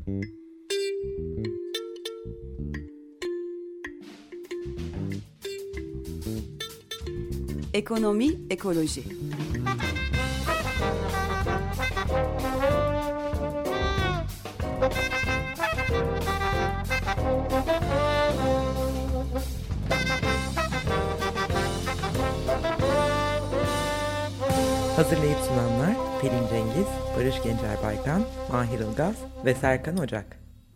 Ekonomi, ekoloji. Hazırlayıp sunanlar Pelin Cengiz, Barış Gencer Baykan, Mahir Ilgaz ve Serkan Ocak.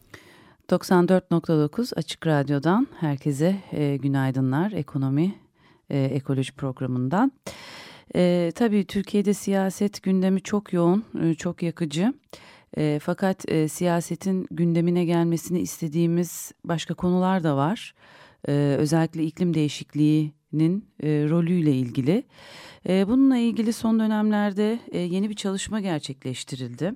94.9 Açık Radyo'dan herkese günaydınlar. Ekonomi, ekoloji programından. Tabii Türkiye'de siyaset gündemi çok yoğun, çok yakıcı. Fakat siyasetin gündemine gelmesini istediğimiz başka konular da var. Özellikle iklim değişikliğinin rolüyle ilgili. Bununla ilgili son dönemlerde yeni bir çalışma gerçekleştirildi.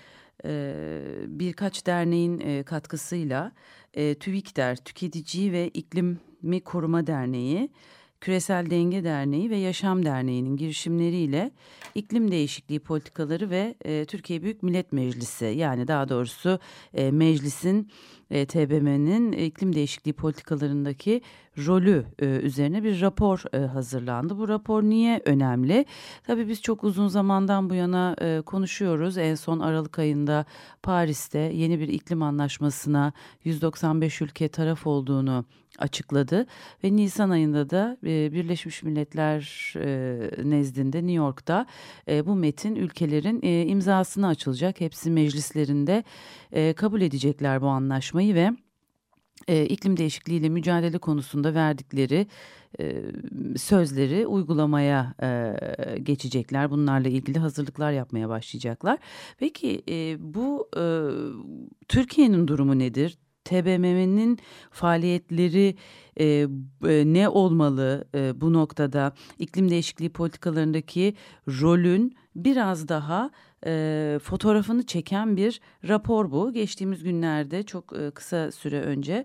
Birkaç derneğin katkısıyla TÜİKDER, Tüketici ve İklimi Koruma Derneği, Küresel Denge Derneği ve Yaşam Derneği'nin girişimleriyle iklim değişikliği politikaları ve Türkiye Büyük Millet Meclisi, yani daha doğrusu meclisin TBMM'nin iklim değişikliği politikalarındaki rolü üzerine bir rapor hazırlandı. Bu rapor niye önemli? Tabii biz çok uzun zamandan bu yana konuşuyoruz. En son Aralık ayında Paris'te yeni bir iklim anlaşmasına 195 ülke taraf olduğunu açıkladı ve Nisan ayında da Birleşmiş Milletler nezdinde New York'ta bu metin ülkelerin imzasına açılacak. Hepsi meclislerinde kabul edecekler bu anlaşmayı ve iklim değişikliğiyle mücadele konusunda verdikleri sözleri uygulamaya geçecekler. Bunlarla ilgili hazırlıklar yapmaya başlayacaklar. Peki bu Türkiye'nin durumu nedir? TBMM'nin faaliyetleri ne olmalı bu noktada? İklim değişikliği politikalarındaki rolün biraz daha fotoğrafını çeken bir rapor bu. Geçtiğimiz günlerde çok kısa süre önce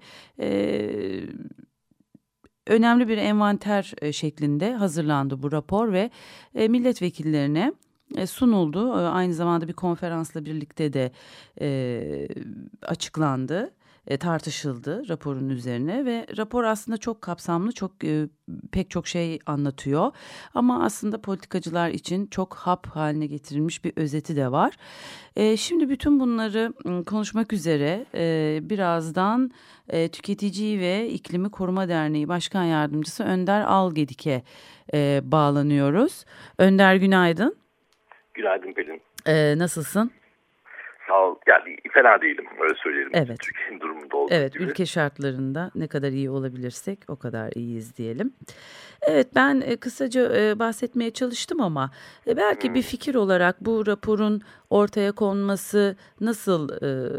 önemli bir envanter şeklinde hazırlandı bu rapor ve milletvekillerine sunuldu. Aynı zamanda bir konferansla birlikte de açıklandı. Tartışıldı raporun üzerine ve rapor aslında çok kapsamlı, pek çok şey anlatıyor. Ama aslında politikacılar için çok hap haline getirilmiş bir özeti de var. Şimdi bütün bunları konuşmak üzere birazdan Tüketici ve İklimi Koruma Derneği Başkan Yardımcısı Önder Algedik'e bağlanıyoruz. Önder, günaydın. Günaydın Pelin. Nasılsın? Sağ ol. Yani fena değilim, öyle söyleyelim. Evet. Türkiye'nin durumunda olduğu Evet, gibi. ülke şartlarında ne kadar iyi olabilirsek o kadar iyiyiz diyelim. Evet, ben kısaca bahsetmeye çalıştım ama belki bir fikir olarak bu raporun ortaya konması nasıl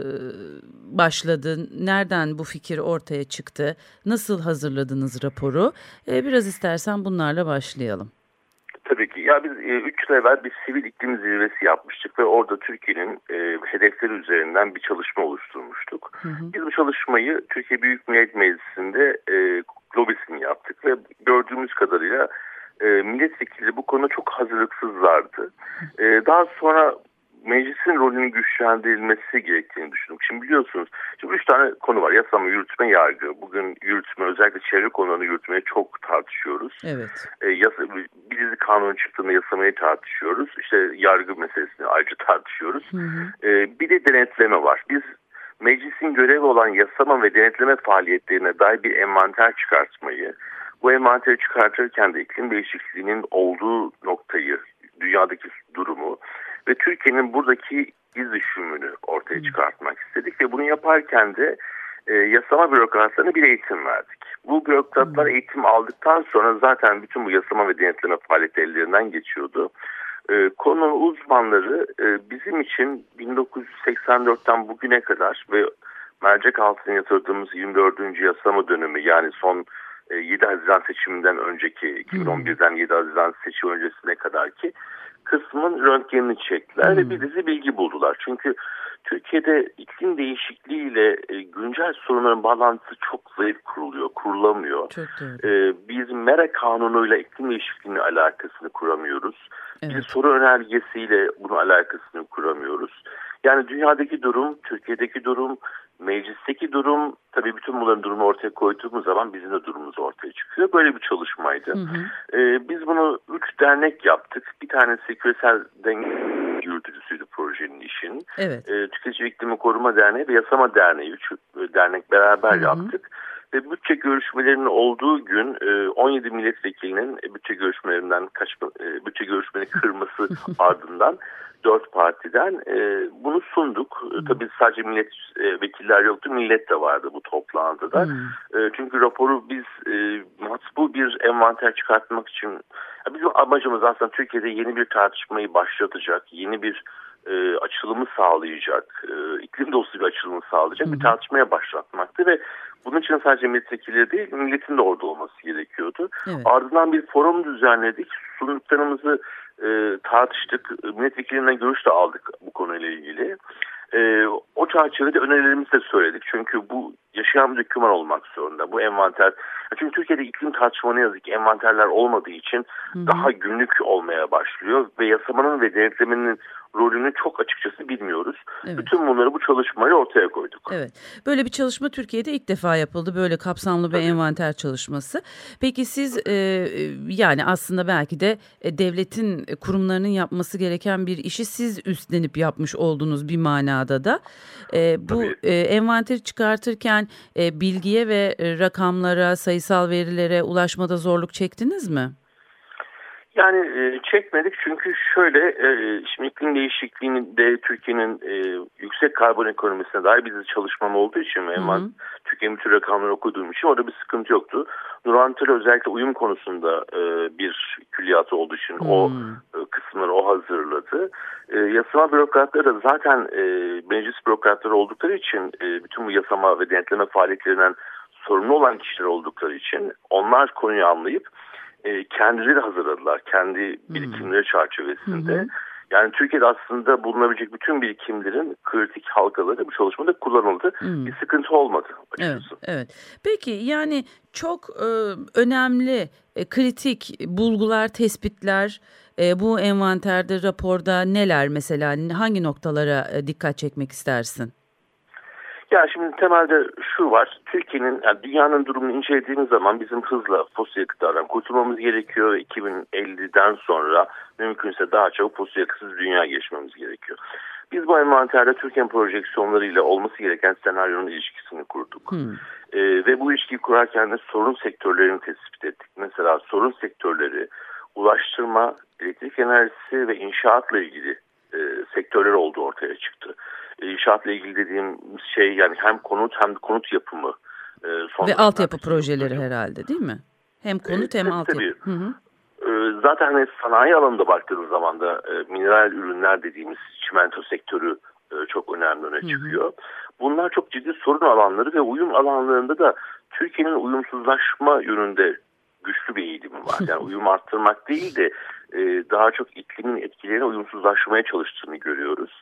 başladı? Nereden bu fikir ortaya çıktı? Nasıl hazırladınız raporu? Biraz istersen bunlarla başlayalım. Tabii ki. Ya biz 3 yıl evvel bir sivil iklim zirvesi yapmıştık ve orada Türkiye'nin hedefleri üzerinden bir çalışma oluşturmuştuk. Hı hı. Biz bu çalışmayı Türkiye Büyük Millet Meclisi'nde lobisini yaptık ve gördüğümüz kadarıyla milletvekilleri bu konuda çok hazırlıksızlardı. Daha sonra meclisin rolünün güçlendirilmesi gerektiğini düşündük. Şimdi biliyorsunuz, 3 tane konu var. Yasama, yürütme, yargı. Bugün yürütme, özellikle çevre konularını yürütmeye çok tartışıyoruz. Evet. Bir dizi kanun çıktığında yasamayı tartışıyoruz. İşte yargı meselesini ayrıca tartışıyoruz. Hı hı. Bir de denetleme var. Biz meclisin görevi olan yasama ve denetleme faaliyetlerine dair bir envanter çıkartmayı, bu envanteri çıkartırken de iklim değişikliğinin olduğu noktayı, dünyadaki durumu ve Türkiye'nin buradaki iz düşümünü ortaya çıkartmak istedik ve bunu yaparken de yasama bürokratlarına bir eğitim verdik. Bu bürokratlar eğitim aldıktan sonra zaten bütün bu yasama ve denetleme faaliyeti ellerinden geçiyordu. Konunun uzmanları bizim için 1984'ten bugüne kadar ve mercek altına yatırdığımız 24. yasama dönemi, yani son 7 Haziran seçiminden önceki, 2011'den 7 Haziran seçim öncesine kadar ki kısmın röntgenini çektiler ve bir dizi bilgi buldular. Çünkü Türkiye'de iklim değişikliğiyle güncel sorunların bağlantısı çok zayıf kurulamıyor. Biz MERA kanunuyla iklim değişikliğinin alakasını kuramıyoruz. Evet. Bir soru önergesiyle bunun alakasını kuramıyoruz. Yani dünyadaki durum, Türkiye'deki durum, meclisteki durum, tabii bütün bunların durumunu ortaya koyduğumuz zaman bizim de durumumuz ortaya çıkıyor. Böyle bir çalışmaydı. Biz bunu 3 dernek yaptık. Bir tanesi küresel denge yürütücüsüydü projenin, işin. Evet. Tüketici İklimi Koruma Derneği ve Yasama Derneği, 3 dernek beraber yaptık. Ve bütçe görüşmelerinin olduğu gün 17 milletvekilinin bütçe görüşmelerinden bütçe görüşmelerini kırması ardından 4 partiden bunu sunduk. Tabii sadece milletvekiller yoktu, millet de vardı bu toplantıda. Çünkü raporu biz matbu bir envanter çıkartmak için, bizim amacımız aslında Türkiye'de yeni bir tartışmayı başlatacak, yeni bir açılımı sağlayacak, iklim dostu bir açılımı sağlayacak bir tartışmaya başlatmaktı ve bunun için sadece milletvekilleri değil, milletin de orada olması gerekiyordu. Evet. Ardından bir forum düzenledik, sunduklarımızı tartıştık, milletvekillerinden görüş de aldık bu konuyla ilgili. O çerçevede önerilerimizi de söyledik. Çünkü bu yaşayan bir doküman olmak zorunda. Bu envanter. Çünkü Türkiye'de iklim tartışma ne yazık ki envanterler olmadığı için daha günlük olmaya başlıyor. Ve yasamanın ve denetlemenin rolünü çok açıkçası bilmiyoruz. Evet. Bütün bunları bu çalışmayla ortaya koyduk. Evet. Böyle bir çalışma Türkiye'de ilk defa yapıldı. Böyle kapsamlı bir envanter çalışması. Peki siz yani aslında belki de devletin kurumlarının yapması gereken bir işi siz üstlenip yapmış oldunuz bir manada da. Bu envanteri çıkartırken bilgiye ve rakamlara, sayısal verilere ulaşmada zorluk çektiniz mi? Yani çekmedik çünkü şöyle, şimdi iklim değişikliğinde Türkiye'nin yüksek karbon ekonomisine dair bir çalışmam olduğu için Türkiye'nin bütün rakamları okuduğum için orada bir sıkıntı yoktu. Nurhan Tül özellikle uyum konusunda bir külliyatı olduğu için o kısımları o hazırladı. Yasama bürokratları da zaten meclis bürokratları oldukları için bütün bu yasama ve denetleme faaliyetlerinden sorumlu olan kişiler oldukları için onlar konuyu anlayıp kendileri hazırladılar. Kendi birikimleri çerçevesinde. Yani Türkiye'de aslında bulunabilecek bütün birikimlerin kritik halkaları bu çalışmada kullanıldı. Bir sıkıntı olmadı açıkçası. Evet. Peki yani çok önemli, kritik bulgular, tespitler bu envanterde, raporda neler mesela? Hangi noktalara dikkat çekmek istersin? Ya şimdi temelde şu var, Türkiye'nin, yani dünyanın durumunu incelediğimiz zaman bizim hızla fosil yakıtlardan kurtulmamız gerekiyor. 2050'den sonra mümkünse daha çabuk fosil yakıtsız dünya geçmemiz gerekiyor. Biz bu envanterde Türkiye'nin projeksiyonlarıyla olması gereken senaryonun ilişkisini kurduk. Ve bu ilişkiyi kurarken de sorun sektörlerini tespit ettik. Mesela sorun sektörleri ulaştırma, elektrik enerjisi ve inşaatla ilgili sektörler olduğu ortaya çıktı. İnşaatla ilgili dediğim şey yani hem konut yapımı. Ve altyapı projeleri herhalde değil mi? Hem konut hem altyapı. Zaten hani sanayi alanında baktığınız zaman da mineral ürünler dediğimiz çimento sektörü çok önemli öne çıkıyor. Bunlar çok ciddi sorun alanları ve uyum alanlarında da Türkiye'nin uyumsuzlaşma yönünde güçlü bir eğilimi var. Yani uyum arttırmak değil de daha çok iklimin etkilerine uyumsuzlaşmaya çalıştığını görüyoruz.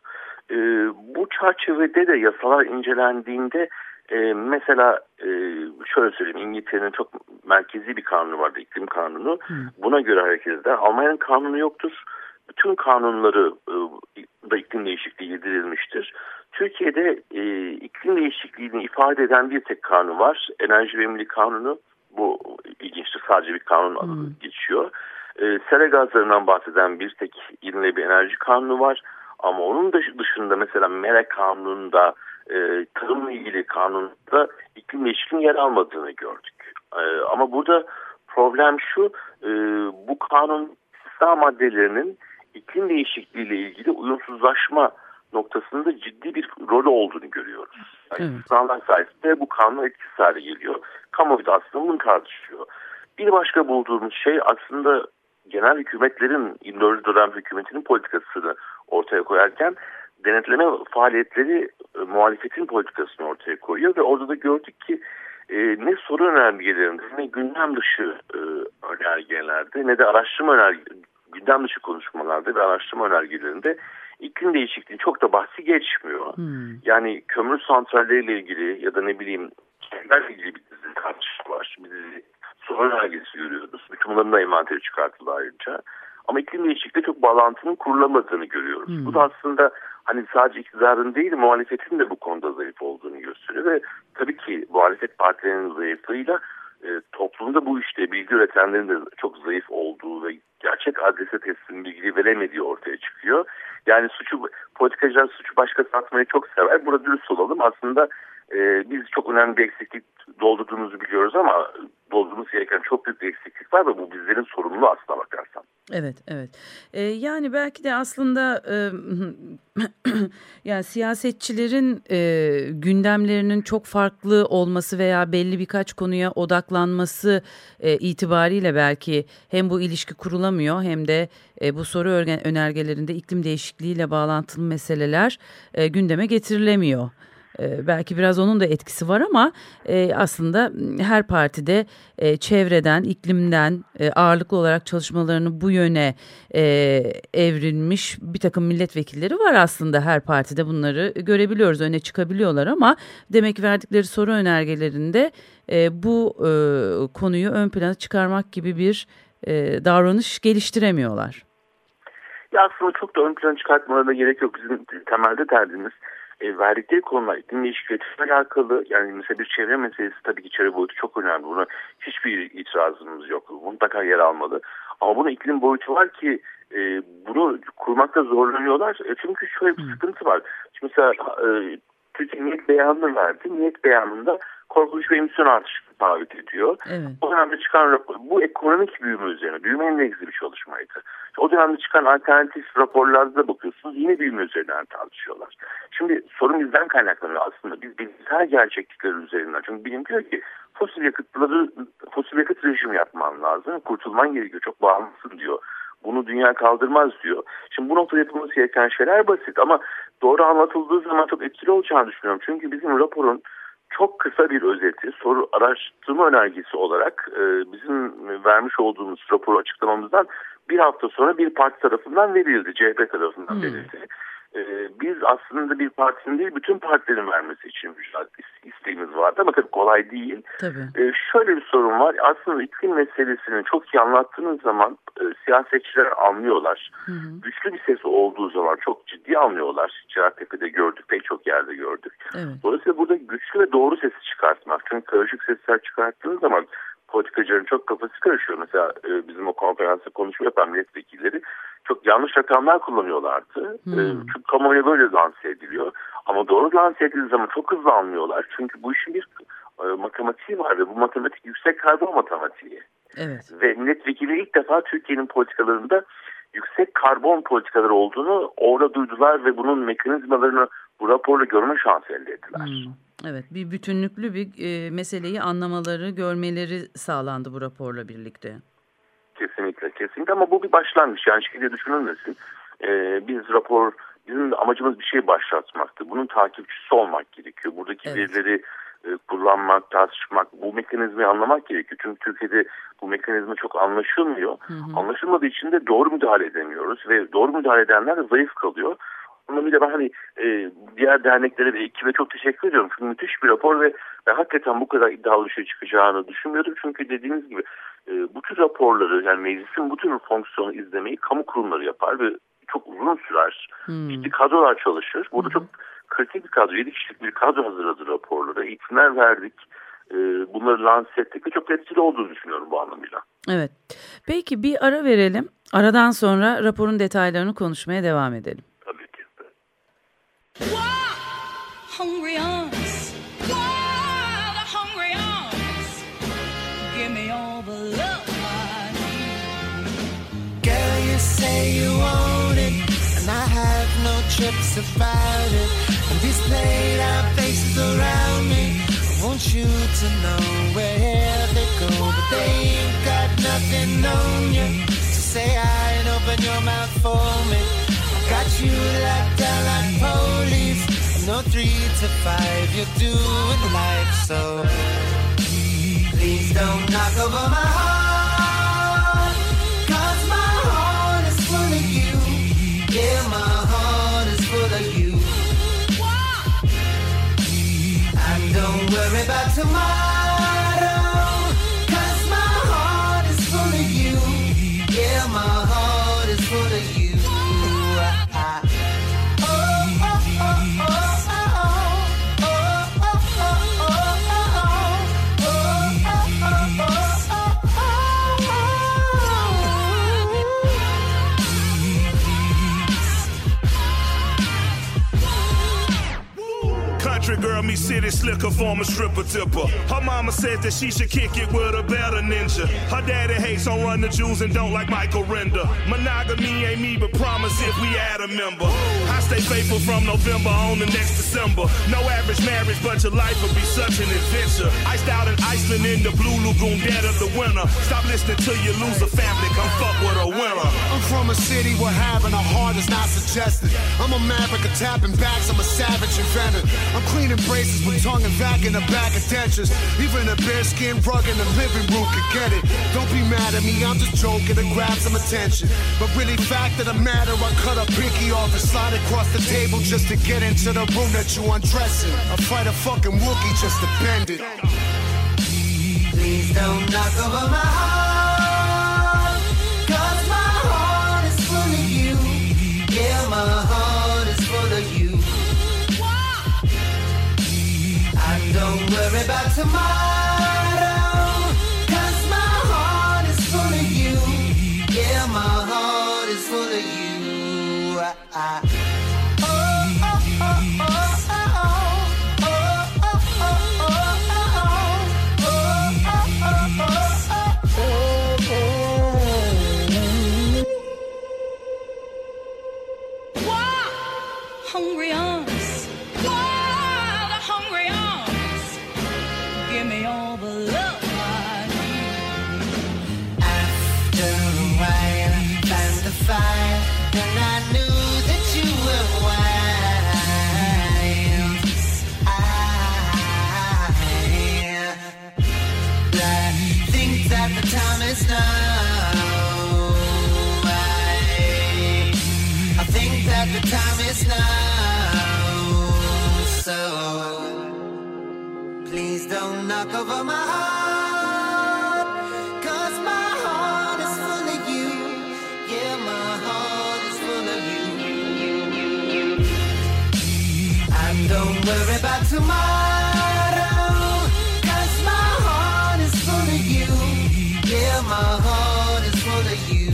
Bu çerçevede de yasalar incelendiğinde mesela şöyle söyleyeyim, İngiltere'nin çok merkezi bir kanunu vardı, iklim kanunu. Buna göre hareket eder. Almanya'nın kanunu yoktur. Bütün kanunları da iklim değişikliği yedirilmiştir. Türkiye'de iklim değişikliğini ifade eden bir tek kanun var. Enerji Verimlilik Kanunu. Bu ilginçtir. Sadece bir kanun adı geçiyor. Sera gazlarından bahseden bir tek yenilenebilir enerji kanunu var. Ama onun dışında mesela MERE kanununda, tarımla ilgili kanunda iklim değişikliğinin yer almadığını gördük. Ama burada problem şu, bu kanun istisna maddelerinin iklim değişikliği ile ilgili uyumsuzlaşma noktasında ciddi bir rolü olduğunu görüyoruz. Yani istisnalar sayesinde bu kanun etkisiz hale geliyor. Kamuoyu da aslında bunu tartışıyor. Bir başka bulduğumuz şey aslında genel hükümetlerin, 24. dönem hükümetinin politikasını ortaya koyarken denetleme faaliyetleri muhalefetin politikasını ortaya koyuyor ve orada da gördük ki ne soru önergelerinde ne gündem dışı önergelerde ne de gündem dışı konuşmalarda ve araştırma önergelerinde iklim değişikliği çok da bahsi geçmiyor. Yani kömür santralleriyle ilgili ya da ne bileyim kendilerle ilgili bir dizi tartışma var. Bir dizi soru önergesi görüyoruz. Bütün bunların da envanteri çıkartıldı ayrıca. Ama iklim değişikliği çok bağlantının kurulamadığını görüyoruz. Bu da aslında hani sadece iktidarın değil muhalefetin de bu konuda zayıf olduğunu gösteriyor ve tabii ki muhalefet partilerinin zayıflığıyla toplumda bu işte bilgi üretenlerin de çok zayıf olduğu ve gerçek adrese teslim bilgi veremediği ortaya çıkıyor. Yani politikacılar suçu başkası atmayı çok sever. Burada dürüst olalım. Aslında biz çok önemli bir eksiklik doldurduğumuzu biliyoruz ama doldurmamız gereken çok büyük bir eksiklik var ve bu bizlerin sorumluluğu aslına bakarsan. Evet, evet. Yani belki de aslında yani siyasetçilerin gündemlerinin çok farklı olması veya belli birkaç konuya odaklanması itibariyle belki hem bu ilişki kurulamıyor hem de bu soru önergelerinde iklim değişikliğiyle bağlantılı meseleler gündeme getirilemiyor. Belki biraz onun da etkisi var ama aslında her partide çevreden, iklimden ağırlıklı olarak çalışmalarını bu yöne evrilmiş bir takım milletvekilleri var aslında her partide bunları görebiliyoruz, öne çıkabiliyorlar ama demek ki verdikleri soru önergelerinde bu konuyu ön plana çıkarmak gibi bir davranış geliştiremiyorlar. Ya aslında çok da ön plana çıkartmalarına gerek yok. Bizim temelde derdimiz verdikleri konular iklim değişikliğiyle alakalı. Yani mesela bir çevre meselesi tabii ki çevre boyutu çok önemli. Buna hiçbir itirazımız yok. Mutlaka yer almalı. Ama bunun iklim boyutu var ki bunu kurmakta zorlanıyorlar. Çünkü şöyle bir sıkıntı var. Şimdi mesela Türkiye niyet beyanını verdi. Niyet beyanında korkunç bir emisyon artışını taahhüt ediyor. Evet. O dönemde çıkan rapor, bu ekonomik büyüme üzerine, büyüme endeksli bir çalışmaydı. O dönemde çıkan alternatif raporlarda da bakıyorsunuz yine büyüme üzerinden tartışıyorlar. Şimdi sorun bizden kaynaklanıyor aslında. Biz bilimsel gerçeklikler üzerinden. Çünkü bilim diyor ki fosil yakıt rejimi yapman lazım. Kurtulman gerekiyor. Çok bağımlısın diyor. Bunu dünya kaldırmaz diyor. Şimdi bu noktada yapılması gereken şeyler basit ama doğru anlatıldığı zaman çok etkili olacağını düşünüyorum. Çünkü bizim raporun çok kısa bir özeti, soru araştırma önergesi olarak bizim vermiş olduğumuz raporu açıklamamızdan bir hafta sonra bir parti tarafından verildi, CHP tarafından verildi. Biz aslında bir partinin değil bütün partilerin vermesi için isteğimiz vardı ama tabii kolay değil. Tabii. Şöyle bir sorun var. Aslında iklim meselesini çok iyi anlattığınız zaman siyasetçiler anlıyorlar. Güçlü bir ses olduğu zaman çok ciddi anlıyorlar. Cerrahtepe'de gördük, pek çok yerde gördük. Evet. Dolayısıyla burada güçlü ve doğru sesi çıkartmak. Çünkü karışık sesler çıkarttığınız zaman politikacıların çok kafası karışıyor. Mesela bizim o konferansta konuşma yapan milletvekilleri çok yanlış rakamlar kullanıyorlardı. Çünkü kamuoyuna böyle lanse ediliyor. Ama doğru lanse edildiği zaman çok hızlı anlıyorlar. Çünkü bu işin bir matematiği var ve bu matematik yüksek karbon matematiği. Evet. Ve milletvekili ilk defa Türkiye'nin politikalarında yüksek karbon politikaları olduğunu orada duydular ve bunun mekanizmalarını bu raporla görme şansı elde ettiler. Evet, bir bütünlüklü bir meseleyi anlamaları, görmeleri sağlandı bu raporla birlikte. Kesinlikle, kesinlikle ama bu bir başlangıç. Yani şekilde düşünülmesin. Bizim amacımız bir şey başlatmaktı. Bunun takipçisi olmak gerekiyor. Buradaki verileri kullanmak, tartışmak, bu mekanizmayı anlamak gerekiyor. Çünkü Türkiye'de bu mekanizma çok anlaşılmıyor. Anlaşılmadığı için de doğru müdahale edemiyoruz ve doğru müdahale edenler de zayıf kalıyor. Anlamıyla ben diğer derneklere ve ekibe çok teşekkür ediyorum. Çünkü müthiş bir rapor ve hakikaten bu kadar iddialı bir şey çıkacağını düşünmüyordum. Çünkü dediğiniz gibi bu tür raporları yani meclisin bu tür fonksiyonu izlemeyi kamu kurumları yapar ve çok uzun sürer. Ciddi kadrolar çalışır. Burada çok kritik bir kadro, 7 kişilik bir kadro hazırladı raporları. Eğitimler verdik. Bunları lanse ettik ve çok etkili olduğunu düşünüyorum bu anlamıyla. Evet. Peki bir ara verelim. Aradan sonra raporun detaylarını konuşmaya devam edelim. Tabii ki. Hungry arms, wild hungry arms, give me all the love I need. Girl, you say you want it, and I have no trips about it. And these played out faces around me, I want you to know where they go, but they ain't got nothing on you. So say hi and open your mouth for me. I got you locked down like police. No 3 to 5, you're doing life, so please don't knock over my heart, 'cause my heart is full of you. Yeah, my heart is full of you. And don't worry about tomorrow, 'cause my heart is full of you. Yeah, my heart is full of you. Oh, country girl meet city slicker, former stripper tipper. Her mama says that she should kick it with a better ninja. Her daddy hates on Run the Jewels and don't like Michael Render. Monogamy ain't me, but promise if we add a member. I stay faithful from November on the next December. No average marriage, but your life will be such an adventure. Iced out in Iceland in the Blue Lagoon, dead of the winter. Stop listening till you lose a family, come fuck with a winner. I'm from a city where having a heart is not suggested. I'm a maverick of tapping backs, I'm a savage inventor. I'm cleaning braces with tongue and vac in the back of dentures. Even a bearskin rug in the living room could get it. Don't be mad at me, I'm just joking to grab some attention. But really, fact of the matter, I cut a pinky off and slide across the table just to get into the room that you undressing. I fight a fucking Wookiee just to bend it. Please don't knock over my heart, 'cause my heart is full of you. Yeah, my heart is full of you. And don't worry about tomorrow, 'cause my heart is full of you. Yeah, my heart is full of you. Hungry arms, wild, hungry arms. Give me all the love I need. After a while, I found the fire, and I knew that you were wild. I think that the time is now. I think that the time is now. So please don't knock over my heart, 'cause my heart is full of you. Yeah, my heart is full of you. And don't worry about tomorrow, 'cause my heart is full of you. Yeah, my heart is full of you.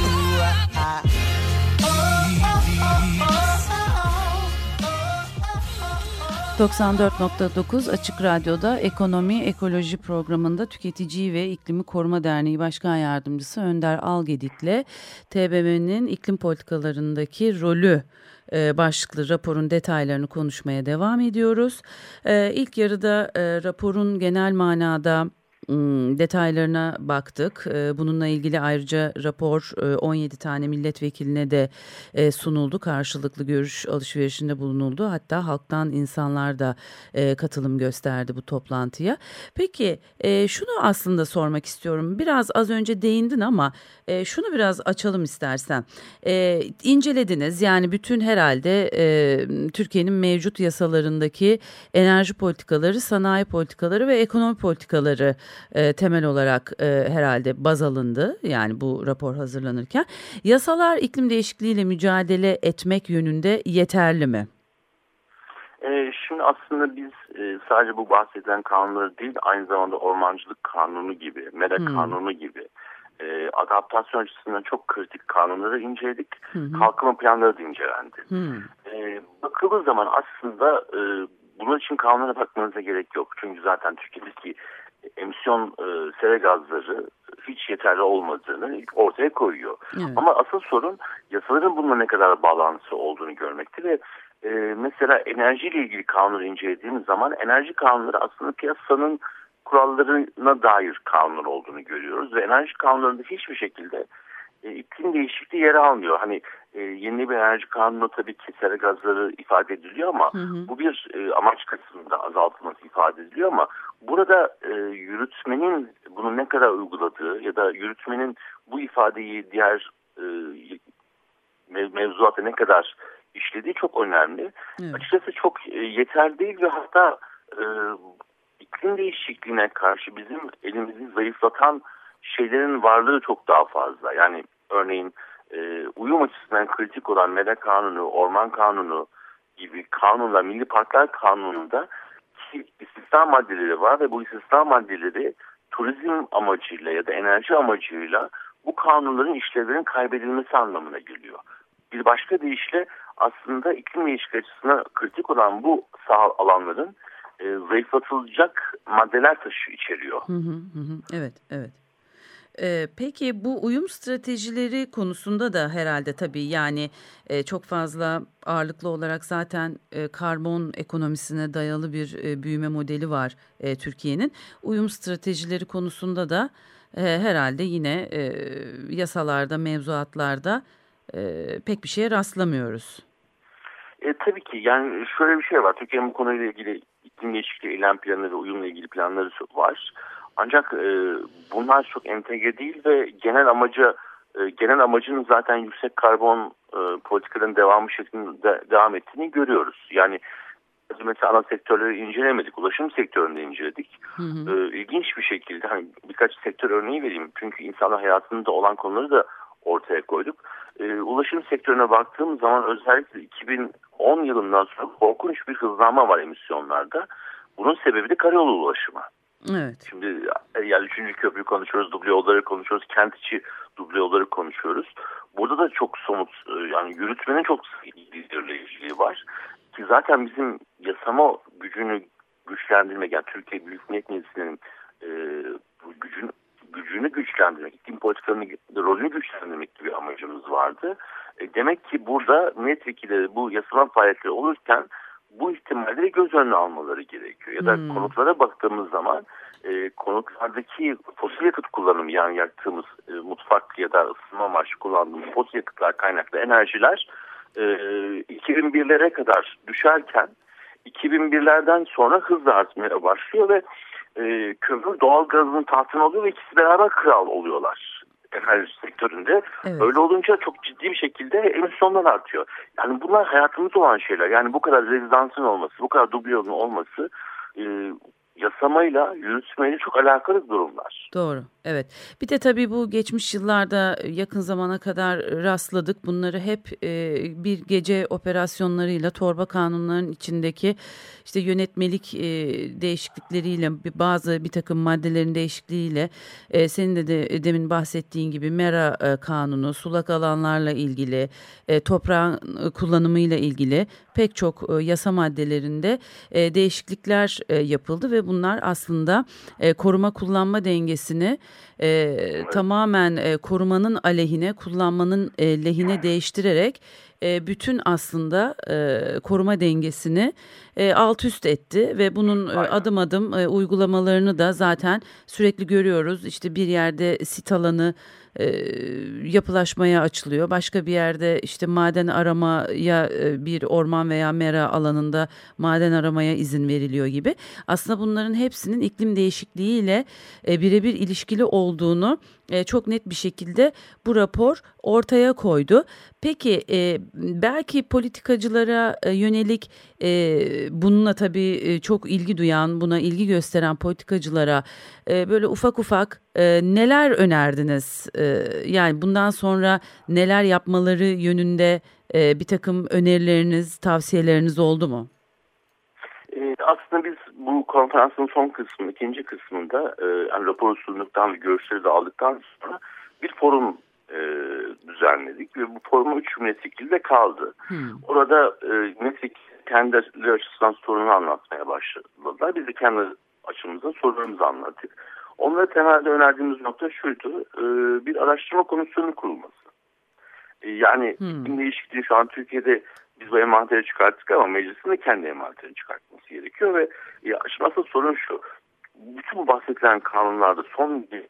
94.9 Açık Radyo'da Ekonomi Ekoloji programında Tüketici ve İklimi Koruma Derneği Başkan Yardımcısı Önder Algedik'le TBMM'nin iklim politikalarındaki rolü başlıklı raporun detaylarını konuşmaya devam ediyoruz. İlk yarıda raporun genel manada detaylarına baktık. Bununla ilgili ayrıca rapor 17 tane milletvekiline de sunuldu. Karşılıklı görüş alışverişinde bulunuldu. Hatta halktan insanlar da katılım gösterdi bu toplantıya. Peki şunu aslında sormak istiyorum. Biraz az önce değindin ama şunu biraz açalım istersen. İncelediniz, yani bütün herhalde Türkiye'nin mevcut yasalarındaki enerji politikaları, sanayi politikaları ve ekonomi politikaları temel olarak herhalde baz alındı. Yani bu rapor hazırlanırken. Yasalar iklim değişikliğiyle mücadele etmek yönünde yeterli mi? Şimdi aslında biz sadece bu bahsedilen kanunları değil, aynı zamanda ormancılık kanunu gibi, MERA kanunu gibi adaptasyon açısından çok kritik kanunları inceledik. Kalkınma planları da incelendi. Bakıldığı zaman aslında bunun için kanunlara bakmanıza gerek yok. Çünkü zaten Türkiye'deki emisyon sera gazları hiç yeterli olmadığını ortaya koyuyor. Evet. Ama asıl sorun yasaların bununla ne kadar bağlantısı olduğunu görmekte ve mesela enerjiyle ilgili kanunları incelediğimiz zaman enerji kanunları aslında piyasanın kurallarına dair kanunlar olduğunu görüyoruz ve enerji kanunlarında hiçbir şekilde iklim değişikliği yer almıyor. Hani yeni bir enerji kanunu tabii ki sera gazları ifade ediliyor ama bu bir amaç kısmında azaltılması ifade ediliyor ama burada yürütmenin bunu ne kadar uyguladığı ya da yürütmenin bu ifadeyi diğer mevzuata ne kadar işlediği çok önemli. Evet. Açıkçası çok yeterli değil ve hatta iklim değişikliğine karşı bizim elimizi zayıflatan şeylerin varlığı çok daha fazla. Yani örneğin uyum açısından kritik olan MERA kanunu, orman kanunu gibi kanunlar, milli parklar kanununda istisna maddeleri var ve bu istisna maddeleri turizm amacıyla ya da enerji amacıyla bu kanunların işlevlerinin kaybedilmesi anlamına geliyor. Bir başka deyişle aslında iklim değişikliği açısından kritik olan bu saha alanların zayıflatılacak maddeler içeriyor. Evet, evet. Peki bu uyum stratejileri konusunda da herhalde tabii yani çok fazla ağırlıklı olarak zaten karbon ekonomisine dayalı bir büyüme modeli var Türkiye'nin. Uyum stratejileri konusunda da herhalde yine yasalarda, mevzuatlarda pek bir şeye rastlamıyoruz. Tabii ki yani şöyle bir şey var. Türkiye'nin bu konuyla ilgili iklim değişikliği eylem planları ve uyumla ilgili planları var. Ancak bunlar çok entegre değil ve genel amacının zaten yüksek karbon politikaların devamı şeklinde devam ettiğini görüyoruz. Yani mesela ana sektörleri incelemedik. Ulaşım sektöründe inceledik. İlginç bir şekilde hani birkaç sektör örneği vereyim. Çünkü insanlar hayatında olan konuları da ortaya koyduk. Ulaşım sektörüne baktığım zaman özellikle 2010 yılından sonra korkunç bir hızlanma var emisyonlarda. Bunun sebebi de karayolu ulaşımı. Evet. Şimdi yani 3. köprüyü konuşuyoruz, duble yolları konuşuyoruz, kent içi duble yolları konuşuyoruz. Burada da çok somut yani yürütmenin çok ilgili var. Ki zaten bizim yasama gücünü güçlendirmek, yani Türkiye Büyük Millet Meclisi'nin gücünü güçlendirmek, iklim politikalarının rolünü güçlendirmek gibi amacımız vardı. Demek ki burada milletvekilleri bu yasama faaliyetleri olurken bu ihtimalleri göz önüne almaları gerekiyor. Ya da konutlara baktığımız zaman konutlardaki fosil yakıt kullanımı, yani yaktığımız mutfak ya da ısınma amaçlı kullandığımız fosil yakıtlar kaynaklı enerjiler 2001'lere kadar düşerken 2001'lerden sonra hızla artmaya başlıyor ve kömür doğal gazının tahtını alıyor ve ikisi beraber kral oluyorlar enerji sektöründe. Evet. Öyle olunca çok ciddi bir şekilde emisyonlar artıyor. Yani bunlar hayatımızda olan şeyler. Yani bu kadar rezidansın olması, bu kadar dubliyonun olması yasamayla, yürütmeyle çok alakalı durumlar. Doğru, evet. Bir de tabii bu geçmiş yıllarda yakın zamana kadar rastladık. Bunları hep bir gece operasyonlarıyla, torba kanunların içindeki işte yönetmelik değişiklikleriyle, bir takım maddelerin değişikliğiyle, senin de demin bahsettiğin gibi mera kanunu, sulak alanlarla ilgili, toprağın kullanımıyla ilgili pek çok yasa maddelerinde değişiklikler yapıldı ve bunlar aslında koruma kullanma dengesini tamamen korumanın aleyhine, kullanmanın lehine değiştirerek bütün aslında koruma dengesini alt üst etti ve bunun adım adım uygulamalarını da zaten sürekli görüyoruz. İşte bir yerde sit alanı yapılaşmaya açılıyor. Başka bir yerde işte maden aramaya, bir orman veya mera alanında maden aramaya izin veriliyor gibi. Aslında bunların hepsinin iklim değişikliğiyle birebir ilişkili olduğunu çok net bir şekilde bu rapor ortaya koydu. Peki belki politikacılara yönelik bununla tabii çok ilgi duyan, buna ilgi gösteren politikacılara böyle ufak ufak neler önerdiniz? Yani bundan sonra neler yapmaları yönünde bir takım önerileriniz, tavsiyeleriniz oldu mu? Aslında biz bu konferansın son kısmı, ikinci kısmında yani rapor sunduktan ve görüşleri de aldıktan sonra bir forum düzenledik ve bu foruma 3 milletvekili de kaldı. Orada milletvekili kendileri açısından sorunu anlatmaya başladılar. Biz de kendi açımızdan sorularımızı anlattık. Onlara temelde önerdiğimiz nokta şuydu: bir araştırma komisyonu kurulması. Yani iklim değişikliği şu an Türkiye'de biz bu envanteri çıkarttık ama meclisin de kendi envanterini çıkartması gerekiyor ve asıl sorun şu: bütün bu bahsedilen kanunlarda son bir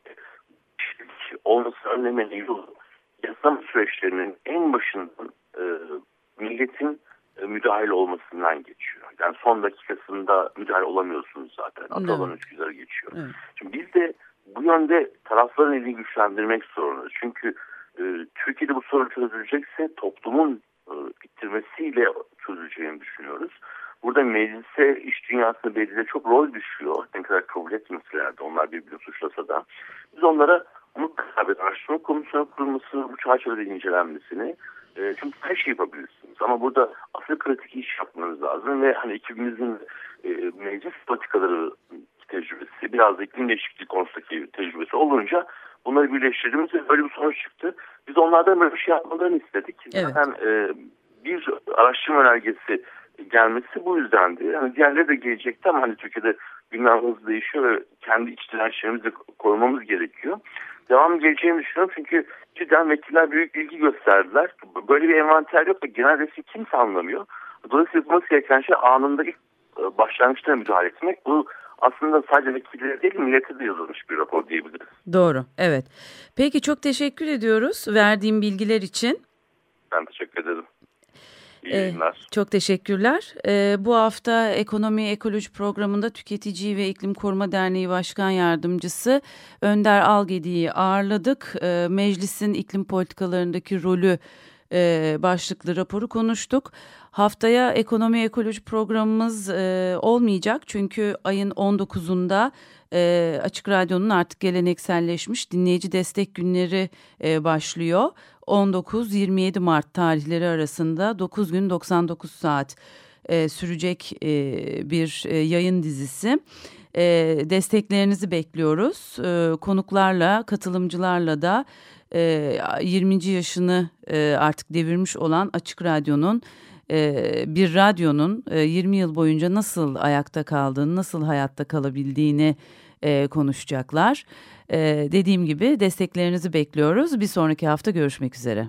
olması önlemenin yolu yasama süreçlerinin en başından milletin müdahale olmasından geçiyor. Yani son dakikasında müdahale olamıyorsunuz zaten. Atalan 3 güzel geçiyor. Evet. Şimdi biz de bu yönde tarafların elini güçlendirmek zorundayız. Çünkü Türkiye'de bu sorun çözülecekse toplumun ittirmesiyle çözüleceğini düşünüyoruz. Burada meclise, iş dünyasında belirli çok rol düşüyor. Ne kadar kabul etmeseler de, onlar birbirini suçlasa da. Biz onlara mutlaka bir araştırma komisyonu kurulmasını, bu çerçevede incelenmesini, çünkü her şeyi yapabilirsiniz. Ama burada asıl kritik iş yapmanız lazım ve hani ekibimizin meclis politikaları tecrübesi, biraz da iklim değişikliği konusundaki tecrübesi olunca bunları birleştirdiğimiz ve böyle bir sonuç çıktı. Biz onlardan böyle bir şey yapmalarını istedik. Evet. Zaten bir araştırma önergesi gelmesi bu yüzdendi. Yani diğerleri de gelecekti ama hani Türkiye'de gündem hızlı değişiyor ve kendi iç dirençlerimizi korumamız gerekiyor. Devam geleceğini düşünüyorum çünkü cidden vekiller büyük ilgi gösterdiler. Böyle bir envanter yok ve genel resmi kimse anlamıyor. Dolayısıyla yapılması gereken şey anında ilk başlangıçta müdahale etmek. Bu aslında sadece vekillere değil millete de yazılmış bir rapor diyebiliriz. Doğru, evet. Peki çok teşekkür ediyoruz verdiğim bilgiler için. Ben teşekkür ederim. İyi yayınlar. Çok teşekkürler. Bu hafta Ekonomi Ekoloji programında Tüketici ve İklim Koruma Derneği Başkan Yardımcısı Önder Algedi'yi ağırladık. Meclisin iklim politikalarındaki rolü başlıklı raporu konuştuk. Haftaya Ekonomi Ekoloji programımız olmayacak çünkü ayın 19'unda Açık Radyo'nun artık gelenekselleşmiş dinleyici destek günleri başlıyor. 19-27 Mart tarihleri arasında 9 gün 99 saat sürecek bir yayın dizisi. Desteklerinizi bekliyoruz. Konuklarla, katılımcılarla da 20. yaşını artık devirmiş olan Açık Radyo'nun bir radyonun 20 yıl boyunca nasıl ayakta kaldığını, nasıl hayatta kalabildiğini konuşacaklar. Dediğim gibi desteklerinizi bekliyoruz. Bir sonraki hafta görüşmek üzere.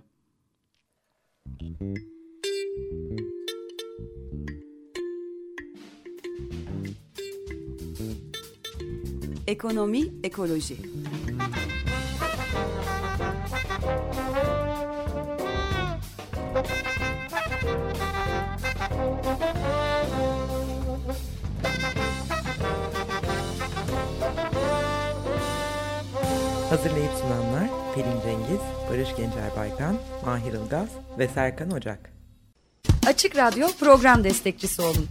Ekonomi, ekoloji. Hazırlayıp sunanlar Pelin Cengiz, Barış Gencer Baykan, Mahir Ilgaz ve Serkan Ocak. Açık Radyo program destekçisi olun.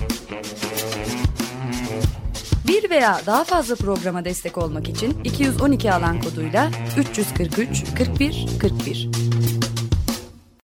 Bir veya daha fazla programa destek olmak için 212 alan koduyla 343 41 41.